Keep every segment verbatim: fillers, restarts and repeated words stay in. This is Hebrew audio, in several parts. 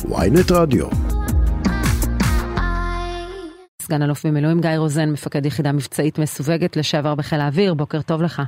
וויינט רדיו. סגן אלוף במילואים גיא רוזן, מפקד יחידה מבצעית מסווגת לשעבר בחיל האוויר, בוקר טוב לך.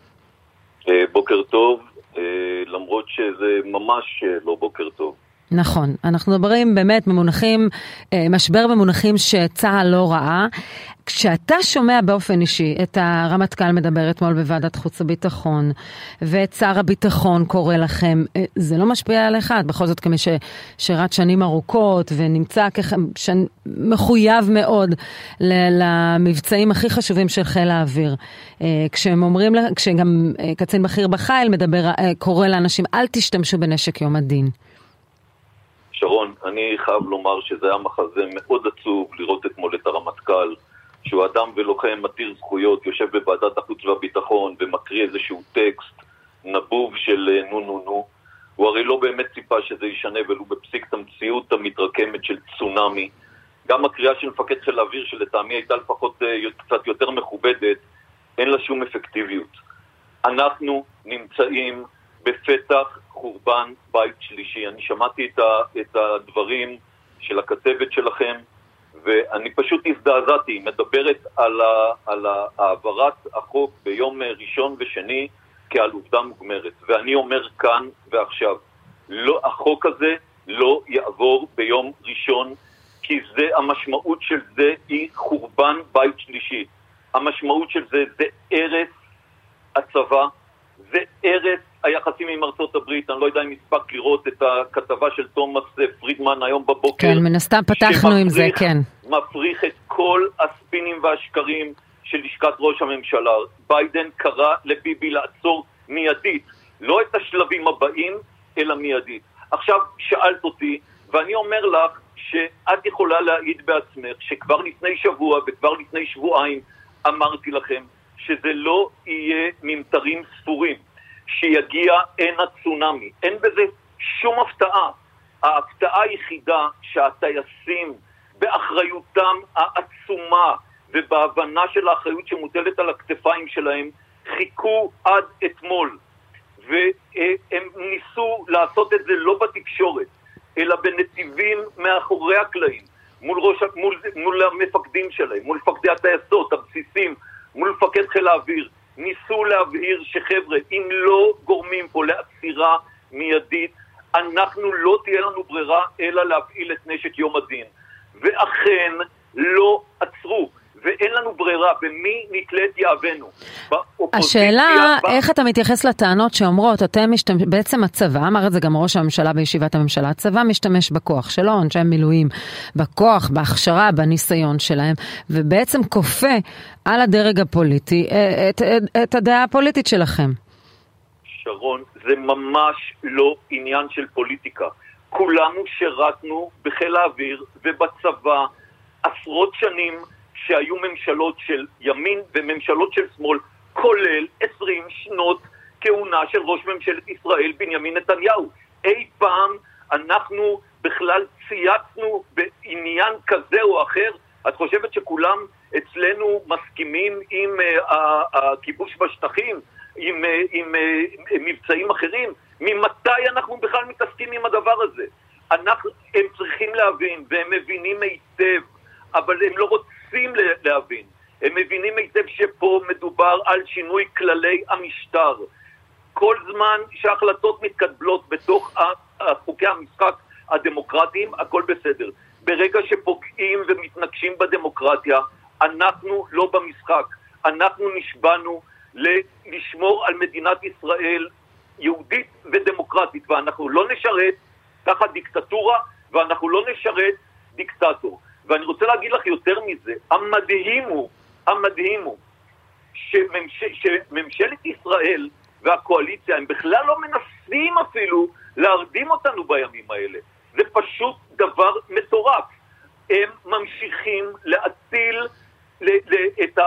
בוקר טוב, למרות שזה ממש לא בוקר טוב. נכון, אנחנו מדברים באמת במונחים, משבר במונחים שצה"ל לא ראה. כשאתה שומע באופן אישי את הרמטכ"ל מדבר אתמול בוועדת חוץ וביטחון, ואת שר הביטחון קורא לכם, זה לא משפיע עליך? בכל זאת כמי ששירת שנים ארוכות ונמצא מחויב מאוד למבצעים הכי חשובים של חיל האוויר. כשהם אומרים, כשגם קצין בכיר בחיל מדבר, קורא לאנשים, אל תשתמשו בנשק יום הדין. שרון, אני חייב לומר שזה היה מחזה מאוד עצוב לראות אתמול את הרמטכ"ל, שהוא אדם ולוחם מתיר זכויות, יושב בוועדת החוץ והביטחון ומקריא איזשהו טקסט נבוב של נו נו נו. הוא הרי לא באמת ציפה שזה ישנה, ולו בפסיק את המציאות המתרקמת של צונאמי. גם הקריאה של מפקד חיל האוויר שלטעמי הייתה לפחות קצת יותר מכובדת, אין לה שום אפקטיביות. אנחנו נמצאים בפתח חורבן בית שלישי. אני שמעתי את, ה, את הדברים של הכתבת שלכם, ואני פשוט הזדעזעתי. היא מדברת על, ה, על העברת החוק ביום ראשון ושני כעל עובדה מוגמרת. ואני אומר כאן ועכשיו, לא, החוק הזה לא יעבור ביום ראשון, כי זה, המשמעות של זה היא חורבן בית שלישי. המשמעות של זה זה הרס הצבא, זה הרס היחסים עם ארצות הברית. אני לא יודע אם הספק לראות את הכתבה של תומאס פרידמן היום בבוקר. כן, מן הסתם פתחנו עם זה, כן. מפריך את כל הספינים והשקרים של לשכת ראש הממשלה. ביידן קרא לביבי לעצור מיידית, לא את השלבים הבאים, אלא מיידית. עכשיו שאלת אותי, ואני אומר לך שאת יכולה להעיד בעצמך, שכבר לפני שבוע וכבר לפני שבועיים אמרתי לכם, שזה לא יהיה ממטרים ספורים, שיגיע אין הצונאמי. אין בזה שום הפתעה. ההפתעה היחידה שהטייסים באחריותם העצומה ובהבנה של האחריות שמוטלת על הכתפיים שלהם חיכו עד אתמול, והם ניסו לעשות את זה לא בתקשורת אלא בנתיבים מאחורי הקלעים, מול, ראש, מול, מול המפקדים שלהם, מול מפקדי הטייסות, הבסיסים, מול מפקד חיל האוויר. ניסו להבהיר שחבר'ה, אם לא גורמים פה לעצירה מיידית, אנחנו לא תהיה לנו ברירה אלא להפעיל את נשק יום הדין. ואכן לא עצרו, ואין לנו ברירה. במי נתלת יאבנו? השאלה, איך אתה מתייחס לטענות שאומרות, אתם משתמש, בעצם הצבא, אמר את זה גם ראש הממשלה בישיבת הממשלה, הצבא משתמש בכוח שלו, אנשי מילואים, בכוח, בהכשרה, בניסיון שלהם, ובעצם כופה על הדרג הפוליטי את, את, את הדעה הפוליטית שלכם. שרון, זה ממש לא עניין של פוליטיקה. כולנו שירתנו בחיל האוויר ובצבא עשרות שנים, שהיו ממשלות של ימין וממשלות של שמאל, כולל עשרים שנות כהונה של ראש ממשלת ישראל בנימין נתניהו. אי פעם אנחנו בכלל צייצנו בעניין כזה או אחר? את חושבת שכולם אצלנו מסכימים עם uh, הכיבוש בשטחים, עם, uh, עם uh, מבצעים אחרים? ממתי אנחנו בכלל מתעסקים עם הדבר הזה? אנחנו, הם צריכים להבין, והם מבינים היטב, אבל הם לא רוצים להבין. הם מבינים היטב שפה מדובר על שינוי כללי המשטר. כל זמן שההחלטות מתקבלות בתוך חוקי המשחק הדמוקרטיים, הכל בסדר. ברגע שפוגעים ומתנגשים בדמוקרטיה, אנחנו לא במשחק. אנחנו נשבענו לשמור על מדינת ישראל יהודית ודמוקרטית, ואנחנו לא נשרת תחת דיקטטורה, ואנחנו לא נשרת דיקטטור. ואני רוצה להגיד לך יותר מזה, המדהים הוא, המדהים הוא, שממש, שממשלת ישראל והקואליציה, הם בכלל לא מנסים אפילו להרדים אותנו בימים האלה. זה פשוט דבר מטורף. הם ממשיכים להטיל את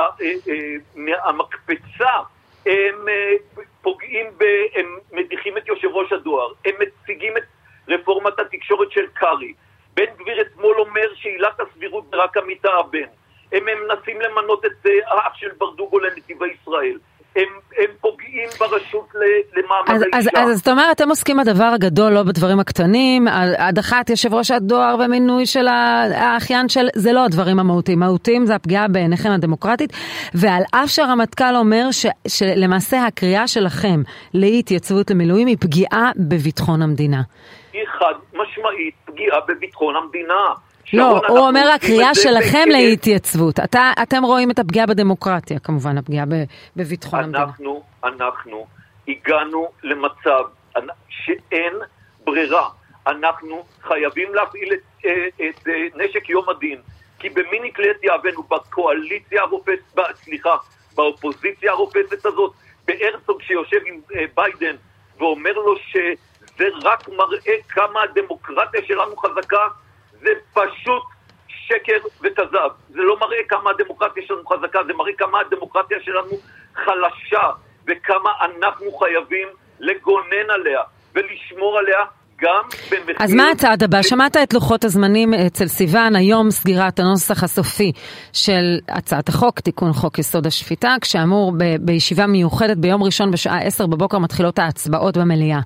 המקפצה, הם פוגעים, הם מדיחים את יושב ראש הדואר, הם מציגים את רפורמת התקשורת של קרי, בן גביר אתמול אומר שעילת הסבירות רק עמיתה הבן, הם מנסים למנות את האח של ברדוגו לנתיבי ישראל, הם, הם פוגעים ברשות למאבק מעמד אז, האישה. אז, אז זאת אומרת, אתם עוסקים בדבר הגדול, לא בדברים הקטנים, הדחת יושב ראש הדואר ומינוי של האחיין של, זה לא הדברים המהותיים. מהותיים זה הפגיעה בעיניכם הדמוקרטית, ועל אף שהרמטכ"ל אומר ש, שלמעשה הקריאה שלכם להתייצבות למילואים היא פגיעה בביטחון המדינה. היא חד משמעית פגיעה בביטחון המדינה. לא, הוא אומר הקריאה שלכם להתייצבות. אתה, אתם רואים את הפגיעה בדמוקרטיה, כמובן, הפגיעה בביטחון המדינה. אנחנו, אנחנו הגענו למצב שאין ברירה. אנחנו חייבים להפעיל את, את, את נשק יום הדין, כי במי נתלית יהבנו בקואליציה הרופסת, סליחה, באופוזיציה הרופסת הזאת, בארצוג שיושב עם ביידן ואומר לו שזה רק מראה כמה הדמוקרטיה שלנו חזקה, זה פשוט שקר וכזב. זה לא מראה כמה הדמוקרטיה שלנו חזקה, זה מראה כמה הדמוקרטיה שלנו חלשה, וכמה אנחנו חייבים לגונן עליה ולשמור עליה גם במחיר... אז מה הצעד הבא? שמעת את לוחות הזמנים אצל סיוון, היום סגירת הנוסח הסופי של הצעת החוק, תיקון חוק יסוד השפיטה, כשאמור ב- בישיבה מיוחדת ביום ראשון בשעה עשר בבוקר מתחילות ההצבעות במליאה.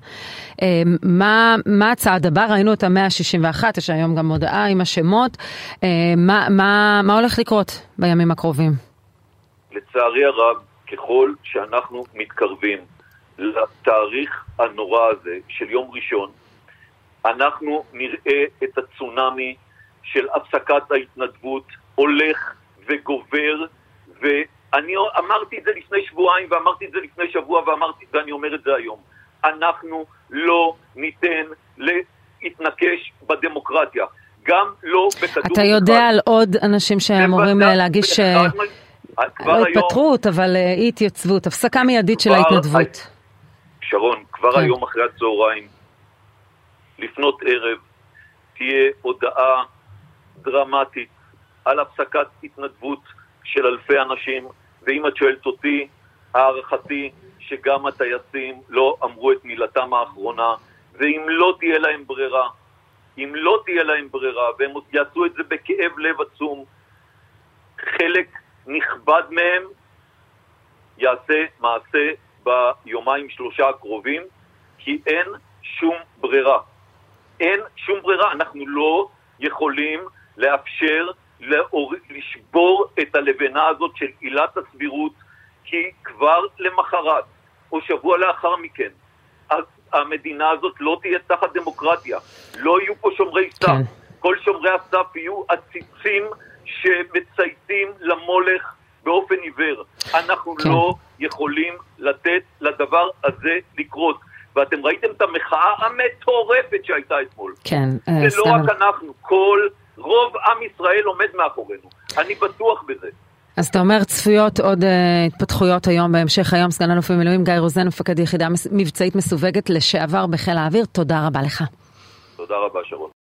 מה, מה הצעד הבא? ראינו את ה-מאה שישים ואחת, יש היום גם מודעה עם השמות. מה, מה, מה הולך לקרות בימים הקרובים? לצערי הרב, ככל שאנחנו מתקרבים לתאריך הנורא הזה של יום ראשון, אנחנו נראה את הצונמי של הפסקת ההתנדבות הולך וגובר, ואני אמרתי את זה לפני שבועיים ואמרתי את זה לפני שבוע ואמרתי, ואני אומר את זה היום. אנחנו לא ניתן להתנקש בדמוקרטיה, גם לא בכדור. אתה יודע על עוד אנשים שאמורים להגיש לא התפטרות, אבל אי התייצבות, הפסקה מיידית של ההתנדבות. שרון, כבר היום אחרי הצהריים, לפנות ערב, תהיה הודעה דרמטית על הפסקת התנדבות של אלפי אנשים, ואם את שואלת אותי, הערכתי שגם הטייסים לא אמרו את מילתם האחרונה, ואם לא תהיה להם ברירה, אם לא תהיה להם ברירה, והם יעשו את זה בכאב לב עצום, חלק נכבד מהם יעשה מעשה ביומיים שלושה הקרובים, כי אין שום ברירה. אין שום ברירה. אנחנו לא יכולים לאפשר לאור... לשבור את הלבנה הזאת של עילת הסבירות, כי כבר למחרת או שבוע לאחר מכן המדינה הזאת לא תהיה תחת דמוקרטיה. לא יהיו פה שומרי סף. כן. כל שומרי הסף יהיו עציצים שמצייתים למולך באופן עיוור. אנחנו כן. לא יכולים לתת לדבר הזה לקרות. ואתם ראיתם את המחאה המטורפת שהייתה אתמול. כן. זה לא רק אנחנו, כל רוב עם ישראל עומד מאחורינו. אני בטוח בזה. אז אתה אומר צפויות עוד uh, התפתחויות היום בהמשך היום. סגן אלוף במילואים גיא רוזן, מפקד יחידה מבצעית מסווגת לשעבר בחיל האוויר. תודה רבה לך. תודה רבה שרון.